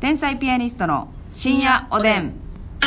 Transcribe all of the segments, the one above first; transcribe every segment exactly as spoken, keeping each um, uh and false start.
天才ピアニストの深夜おでん。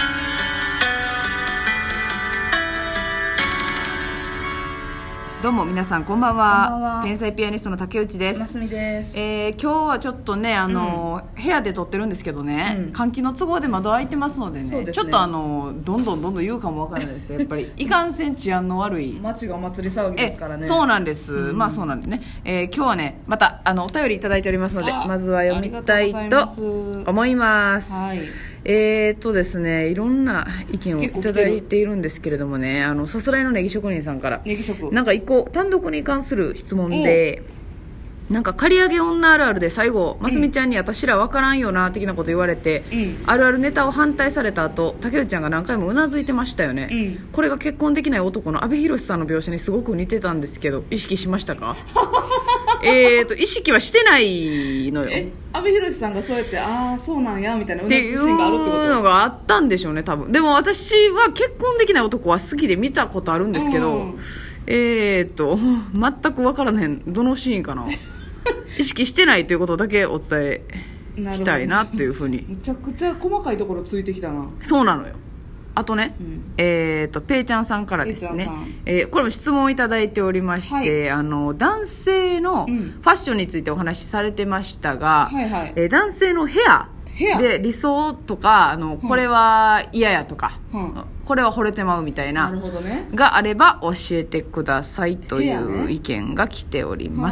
どうも皆さんこんばんは。 こんばんは。 天才ピアニストの竹内です。 ますみです。 えー、今日はちょっとねあの、うん、部屋で撮ってるんですけどね、うん、換気の都合で窓開いてますので ね, そうですね、 ちょっとあのどんどんどんどん言うかもわからないですやっぱりいかんせん治安の悪い街がお祭り騒ぎですからね。 そうなんです、うん、まあそうなんですね、えー、今日はねまたあのお便りいただいておりますのでまずは読みたいと思います。はい、えーっとですねいろんな意見をいただいているんですけれどもね、あのさすらいのネギ職人さんからネギ職なんか一個単独に関する質問で、なんか借り上げ女あるあるで最後ますみちゃんに私ら分からんよな的なこと言われて、うん、あるあるネタを反対された後竹内ちゃんが何回もうなずいてましたよね、うん、これが結婚できない男の阿部寛さんの描写にすごく似てたんですけど意識しましたか？えーと意識はしてないのよ。 え阿部寛さんがそうやってああそうなんやみたいなうなずくシーンがあるってこと？ っていうのがあったんでしょうね多分。でも私は結婚できない男は好きで見たことあるんですけど、うん、えーと全く分からへんどのシーンかな意識してないということだけお伝えしたいなっていうふうにむちゃくちゃ細かいところついてきたな。 そうなのよ。あとね、うん、えーとペイちゃんさんからですね、えー、これも質問をいただいておりまして、はい、あの男性のファッションについてお話しされてましたが、うんはいはいえー、男性のヘアで理想とかあのこれは嫌やとか、うん、これは惚れてまうみたいな、 なるほどね、 があれば教えてくださいという意見が来ております。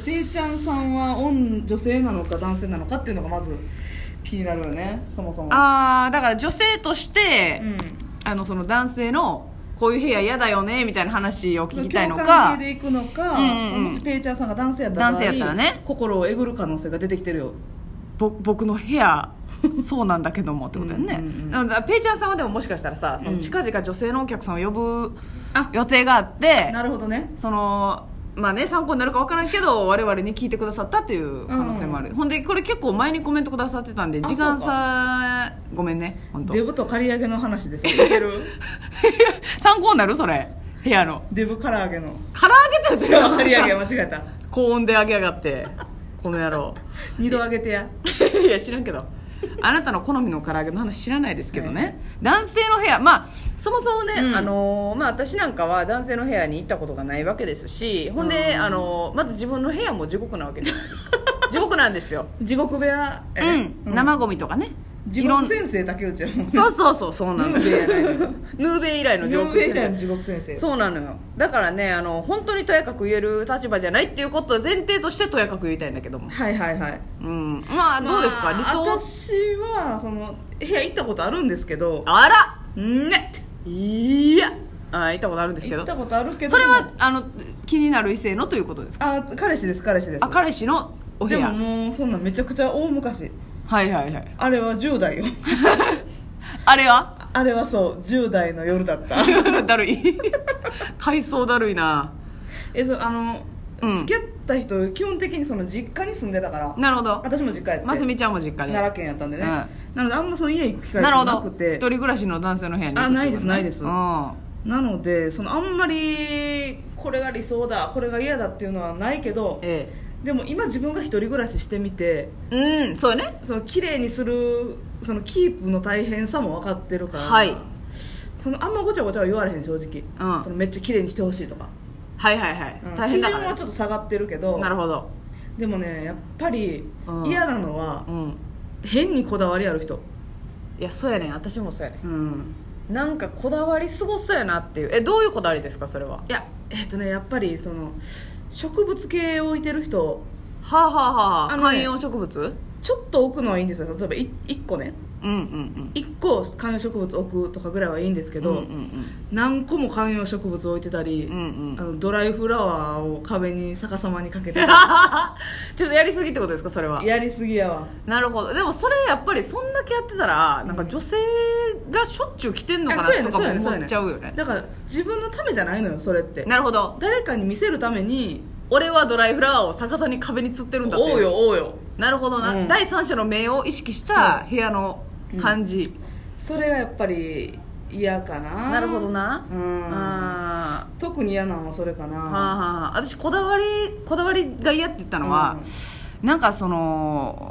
ね、ペイちゃんさんは女性なのか男性なのかっていうのがまず気になるよね。そもそもあだから女性として、うん、あのその男性のこういう部屋嫌だよねみたいな話を聞きたいのか共感系でいくのか、うんうん、もしペイちゃんさんが男性やったら男性やったらね心をえぐる可能性が出てきてるよ。 ぼ僕の部屋そうなんだけどもってことだよね。うんうんうん、ペイちゃんさんはでももしかしたらさその近々女性のお客さんを呼ぶ予定があって、 うん、なるほどね。 そのまあね参考になるか分からんけど我々に聞いてくださったという可能性もある、うん、ほんでこれ結構前にコメントくださってたんで時間差ごめんね本当デブと刈り上げの話ですよ参考になるそれ部屋のデブ唐揚げの唐揚げって言って刈り上げ間違えた高温で揚げ上がってこの野郎二度揚げてやいや知らんけどあなたの好みの唐揚げの話知らないですけどね、はい、男性の部屋まあそもそもね、うんあのーまあ、私なんかは男性の部屋に行ったことがないわけですしほんで、あのー、まず自分の部屋も地獄なわけじゃないですか地獄なんですよ地獄部屋、 うん、うん、生ゴミとかね地獄先生竹内はもうそうそうそうそうなのよヌーベイ以来の地獄先生地獄先生そうなのよ。だからねあの本当にとやかく言える立場じゃないっていうことを前提としてとやかく言いたいんだけどもはいはいはい、 うん、まあどうですか、まあ、理想。 私はその部屋行ったことあるんですけどあらねいやあ行ったことあるんですけど行ったことあるけどそれはあの気になる異性のということですか？ あ彼氏です彼氏です。 あ彼氏のお部屋。 でももうそんなめちゃくちゃ大昔はいはいはいあれはじゅう代よあれはあれはそうじゅう代の夜だっただるい回想だるいなえそうあの、うん、付き合った人基本的にその実家に住んでたから。 なるほど。 私も実家やってますみちゃんも実家で奈良県やったんでね、うん、なのであんまその家行く機会がなくて。 一人暮らしの男性の部屋に行くってこと、ね、 あないですないです、 うん、 なのでそのあんまりこれが理想だこれが嫌だっていうのはないけど、ええでも今自分が一人暮らししてみてうんそうねその綺麗にするそのキープの大変さも分かってるから、はい、そのあんまごちゃごちゃは言われへん正直、うん、そのめっちゃ綺麗にしてほしいとかはいはいはい、 うん、 大変だから、 基準はちょっと下がってるけどなるほど。 でもねやっぱり嫌なのは、うん、変にこだわりある人。 いやそうやねん私もそうやねん、 うん、 なんかこだわりすごそうやなっていうえどういうこだわりですかそれは。 いやえっとねやっぱりその植物系を置いてる人はあはあはあ、あのね、観葉植物ちょっと置くのはいいんですよ。例えばいいっこね、 うんうんうん、 いっこ観葉植物置くとかぐらいはいいんですけど、うんうんうん、何個も観葉植物置いてたり、うんうん、あのドライフラワーを壁に逆さまにかけてちょっとやりすぎってことですかそれは。 やりすぎやわ。 なるほど。でもそれやっぱりそんだけやってたら、うん、なんか女性がしょっちゅう着てんのかなとかも思っちゃうよね。 だから自分のためじゃないのよそれって。 なるほど。 誰かに見せるために俺はドライフラワーを逆さに壁に吊ってるんだって。 おうよおうよ。 なるほどな、うん、第三者の目を意識した部屋の感じ、うん、 それがやっぱり嫌かな。 なるほどな、 うん、あ特に嫌なのはそれかな。はあはあ、私こだわりこだわりが嫌って言ったのは、うん、なんかその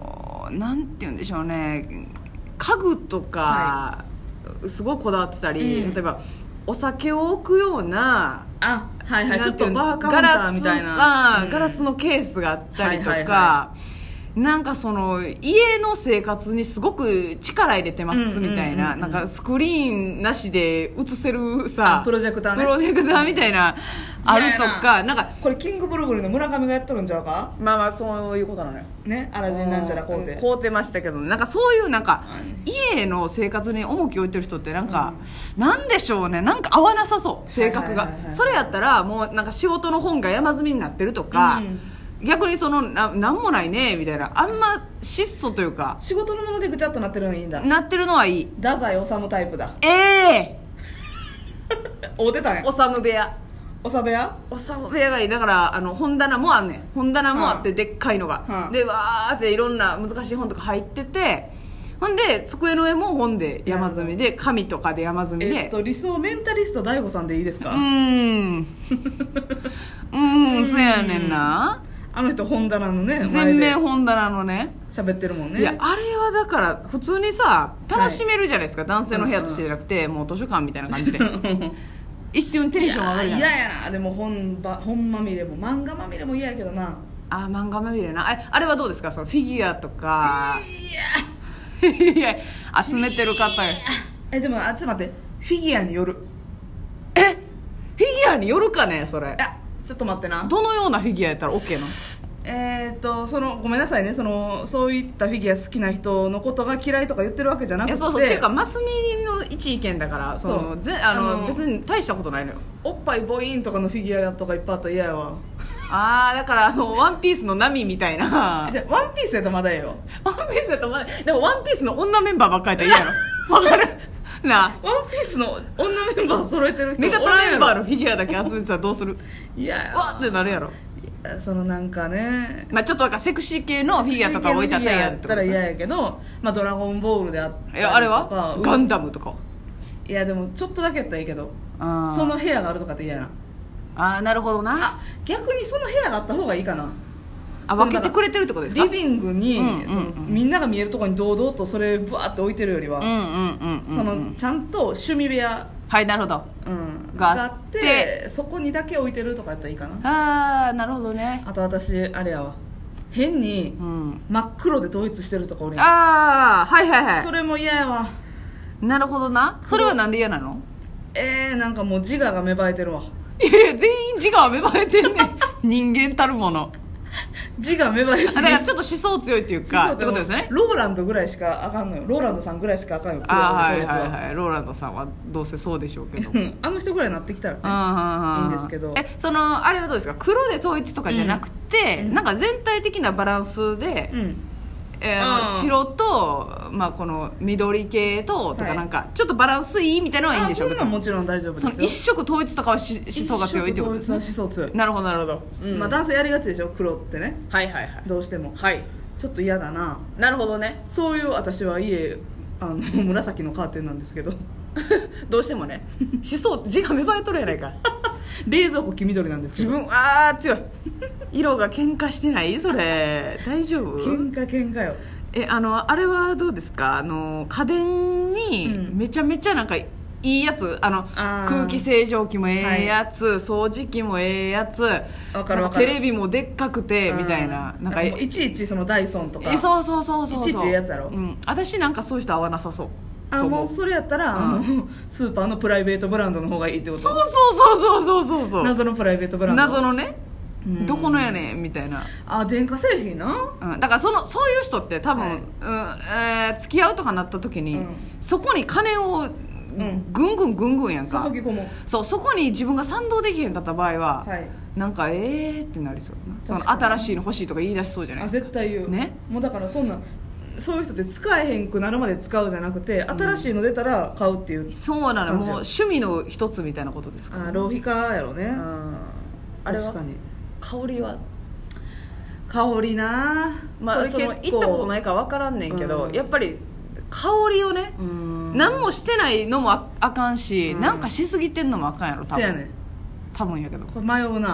のなんて言うんでしょうね、家具とか、はい、すごいこだわってたり、うん、例えばお酒を置くような、 あ、はいはい、ちょっとバーカウンターみたいな、 あ、うん、ガラスのケースがあったりとか、はいはいはい、なんかその家の生活にすごく力入れてますみたいな、うんうんうんうん、なんかスクリーンなしで映せるさ、 プロジェクターね、 プロジェクターみたいなあるとか、なんかこれキングブルブルの村上がやっとるんちゃうか。 まあまあそういうことなのよね、アラジンなんちゃら買うて買うてましたけど、なんかそういうなんか家の生活に重きを置いてる人ってなんか、うん、なんでしょうね、なんか合わなさそう、性格が、はいはいはいはい、それやったらもうなんか仕事の本が山積みになってるとか、うん、逆にその な, なんもないねみたいな、あんま質素というか仕事のものでぐちゃっとなってるのいいんだ、 なってるのはいい。 太宰治タイプだ。 ええー、会うてたんや。 治部屋、 おさ部屋、 おさ部屋がいい。だからあの本棚もあんねん、本棚もあって、でっかいのが、はあ、でわーっていろんな難しい本とか入ってて、ほんで机の上も本で山積みで、紙とかで山積みで、 えっと、理想メンタリスト大悟さんでいいですか。 うーんうーん、そうやねんな。 あの人本棚のね、 全面本棚のね喋ってるもんね。 いやあれはだから普通にさ楽しめるじゃないですか、はい、男性の部屋としてじゃなくて、うんうん、もう図書館みたいな感じで一瞬テンション上がるじゃん。 嫌やな。でも 本, ば本まみれも漫画まみれも嫌やけどな。 あ、漫画まみれな。 あ, あれはどうですか、そのフィギュアとか。いやいや集めてる方よ。 えでもあ、ちょっと待って、フィギュアによる。 えフィギュアによるかねそれ。 いやちょっと待ってな、 どのようなフィギュアやったら OK なの。 えー、っとそのごめんなさいね、そのそういったフィギュア好きな人のことが嫌いとか言ってるわけじゃなくて、 いやそうそうっていうかマスミの一意見だから、そのぜあのあの別に大したことないのよ。 おっぱいボインとかのフィギュアとかいっぱいあったら嫌やわ。 あーだからあのワンピースのナミみたいな。 じゃワンピースやったらまだええよ。 ワンピースやったらまだ。でもワンピースの女メンバーばっかりやったら嫌やろ。わかるなあ。 ワンピースの女メンバー揃えてる人メガタメンバーのフィギュアだけ集めてたらどうする。 いやわってなるやろ。 そのなんかね、 まあ、ちょっとなんかセクシー系のフィギュアとか置いてあったら嫌ってことですね。 嫌やけど、まあ、ドラゴンボールであったりとか、 いやあれはガンダムとか。 いやでもちょっとだけやったらいいけど、その部屋があるとかって嫌やな。 ああなるほどな。 あ逆にその部屋があった方がいいかな。 あ分けてくれてるってことですか。 リビングに、うんうんうん、そのみんなが見えるところに堂々とそれブワーって置いてるよりは、そのちゃんと趣味部屋、 はいなるほど、 うん、があってそこにだけ置いてるとかやったらいいかな。 ああなるほどね。 あと私あれやわ、変に真っ黒で統一してるとか俺、 ああはいはいはい、 それも嫌やわ。 なるほどな。それはなんで嫌なの。 えー、なんかもう自我が芽生えてるわ。 いや全員自我は芽生えてんねん人間たるもの。 自我芽生えすぎ。 だからちょっと思想強いっていうかってことですね。 ローランドぐらいしかあかんのよ。ローランドさんぐらいしかあかんよ。 あはいはいはい、ローランドさんはどうせそうでしょうけどあの人ぐらいになってきたらねいいんですけど。 えそのあれはどうですか、黒で統一とかじゃなくて、うん、なんか全体的なバランスで、うんえー、白と、まあ、この緑系ととかなんか、はい、ちょっとバランスいいみたいなのはいいんでしょう。 そんなんもちろん大丈夫ですよ。 その一色統一とかはし思想が強いってことですね。 思想強い。 なるほどなるほど、 うんまあ、男性やりがちでしょ黒ってね。 はいはいはい、 どうしても、 はい、 ちょっと嫌だな。 なるほどね。 そういう私は家あの紫のカーテンなんですけどどうしてもね思想字が芽生えとるやないか冷蔵庫黄緑なんですけど自分あー強い色が喧嘩してない。それ大丈夫。 喧嘩喧嘩よ。 えあのあれはどうですか、あの家電にめちゃめちゃなんかいいやつ、あのあ空気清浄機もええやつ、はい、掃除機もええやつ、わかるわかる、テレビもでっかくてみたいな、なんかいちいちそのダイソンとかえそうそうそうそうそういちいちええやつやろ、 うん、私なんかそういう人合わなさそう。 あもうそれやったら、うん、あのスーパーのプライベートブランドの方がいいってこと。 そうそうそうそうそうそう謎のプライベートブランド、 謎のね、どこのやねんみたいな。 あ電化製品な、 うん、だからそのそういう人って多分、はいうんえー、付き合うとかなった時に、うん、そこに金をぐんぐんぐんぐんやんか、 注ぎ込む。 そうそこに自分が賛同できへんかった場合は、はい、なんかえーってなりそうな。その新しいの欲しいとか言い出しそうじゃないですか。 あ絶対言う、 ね、 もうだからそんなそういう人って使えへんくなるまで使うじゃなくて、新しいの出たら買うっていう、うん、 そうなの。もう趣味の一つみたいなことですか、ね、 あ浪費家やろね、うん、 あれは確かに。 香りは香りな、 まあその行ったことないから分からんねんけど、うん、やっぱり香りをね、うん、何もしてないのも あ, あかんし、うん、なんかしすぎてんのもあかんやろ多分。 せやねん多分やけどこれ迷うな。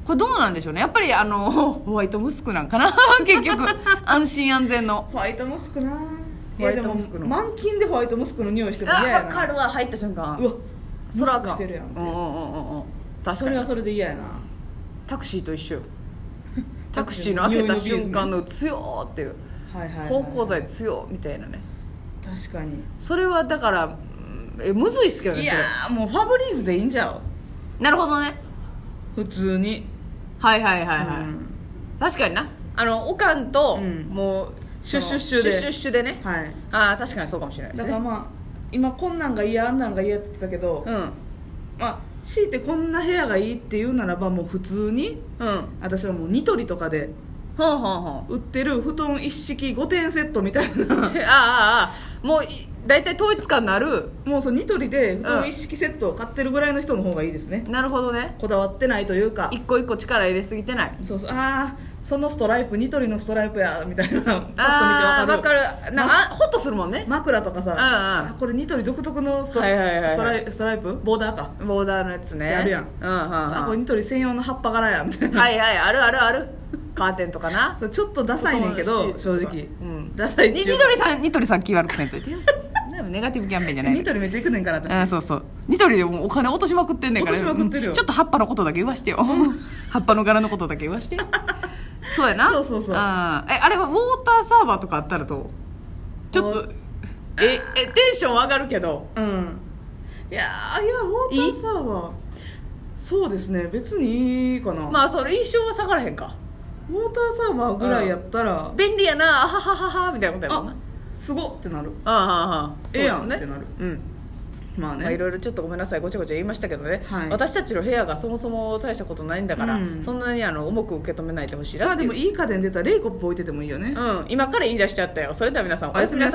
これどうなんでしょうね。やっぱりあのホワイトムスクなんかな結局安心安全のホワイトムスクな。 ホワイトムスクのいやでも満勤でホワイトムスクの匂いしても嫌やな。 あ、分かるわ。入った瞬間うわそらあかんムスクしてるやんって、 うんうんうんうん、確かにそれはそれで嫌やな。 タクシーと一緒よタクシーの開けた瞬間の強ーっていう、 はいはいはいはい、 芳香剤強みたいなね。 確かにそれはだからえむずいっすけどね。 いやーもうファブリーズでいいんちゃう。 なるほどね。 普通にはいはいはいはい、うん、確かにな。あのおかんと、うん、もうシュッシュッシュでシュッシュッシュでね、 はい、 ああ確かにそうかもしれないですね。 だからまあ今こんなんが嫌あんなんが嫌って言ってたけど、うん、まあ強いてこんな部屋がいいって言うならばもう普通に、うん、私はもうニトリとかでほんほんほん売ってる布団一式ごてんセットみたいなああああもう大体統一感のあるもうそうニトリで布団一式セットを買ってるぐらいの人の方がいいですね、 うん、なるほどね。 こだわってないというか一個一個力入れすぎてない。 そうそう、ああそのストライプニトリのストライプやみたいなパッと見て分かる。 あ分かるなんか、ま、ホッとするもんね。 枕とかさ、うんうん、あこれニトリ独特のストライプ、はいはいはいはい、ストライプボーダーかボーダーのやつねあるやん、うんうんうん、あこれニトリ専用の葉っぱ柄やみたいなはいはいあるあるあるカーテンとかなそうちょっとダサいねんけど正直、うん、ダサいニトリさんニトリさん気悪くせんといてネガティブキャンペーンじゃない。 ニトリめっちゃ行くねんから私。 あそうそうニトリでもお金落としまくってんねんから、 落としまくってるよ、 ちょっと葉っぱのことだけ言わしてよ葉っぱの柄のことだけ言わしてそうやな。 そうそうそう。 あえあれはウォーターサーバーとかあったらとちょっとええテンション上がるけど、 うんいやいやウォーターサーバーそうですね別にいいかな。 まあそれ印象は下がらへんか。 ウォーターサーバーぐらいやったら、 うん、便利やなあははははみたいなことやもんな。 すごってなる。 ああああええやんってなる。うんまあね、いろいろちょっとごめんなさいごちゃごちゃ言いましたけどね、はい、私たちの部屋がそもそも大したことないんだから、うん、そんなにあの重く受け止めないでほしいなっていう。 まあでもいい家電出たらレイコップ置いててもいいよね。 うん今から言い出しちゃったよ。それでは皆さんおやすみなさい。